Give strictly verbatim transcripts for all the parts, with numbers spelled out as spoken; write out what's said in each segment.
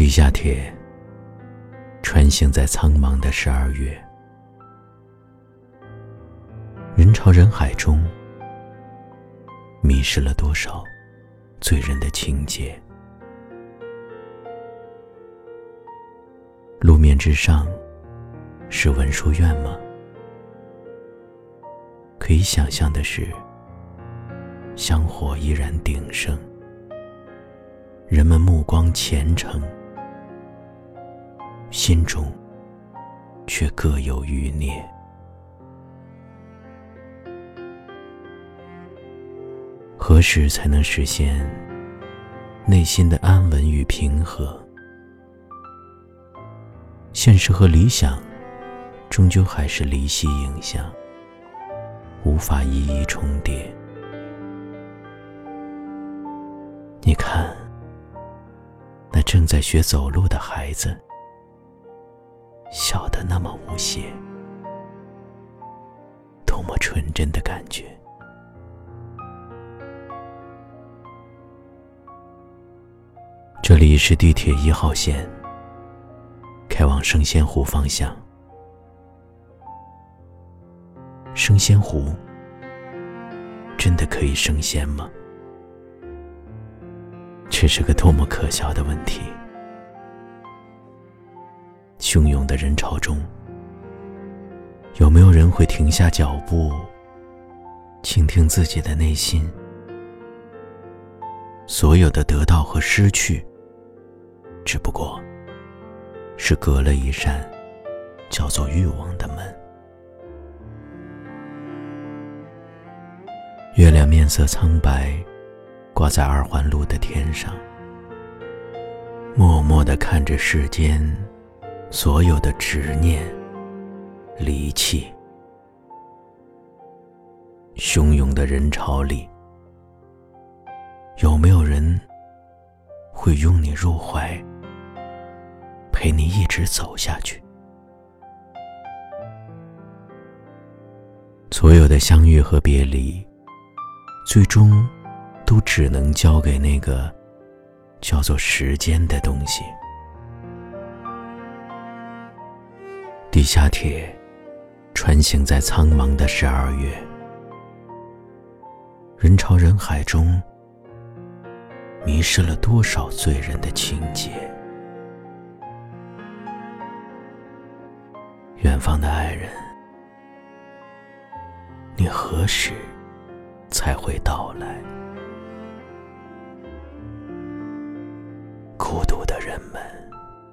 地下铁穿行在苍茫的十二月，人潮人海中，迷失了多少醉人的情节。路面之上是文殊院吗？可以想象的是，香火依然鼎盛，人们目光虔诚，心中却各有余孽。何时才能实现内心的安稳与平和？现实和理想终究还是离析影像，无法一一重叠。你看，那正在学走路的孩子，笑得那么无邪，多么纯真的感觉。这里是地铁一号线，开往升仙湖方向。升仙湖真的可以升仙吗？这是个多么可笑的问题。汹涌的人潮中，有没有人会停下脚步，倾听自己的内心？所有的得到和失去，只不过是隔了一扇叫做欲望的门。月亮面色苍白，挂在二环路的天上，默默地看着世间所有的执念离弃。汹涌的人潮里，有没有人会拥你入怀，陪你一直走下去？所有的相遇和别离，最终都只能交给那个叫做时间的东西。地下铁穿行在苍茫的十二月，人潮人海中，迷失了多少醉人的情节。远方的爱人，你何时才会到来？孤独的人们，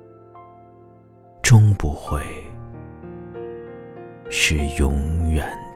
终不会是永远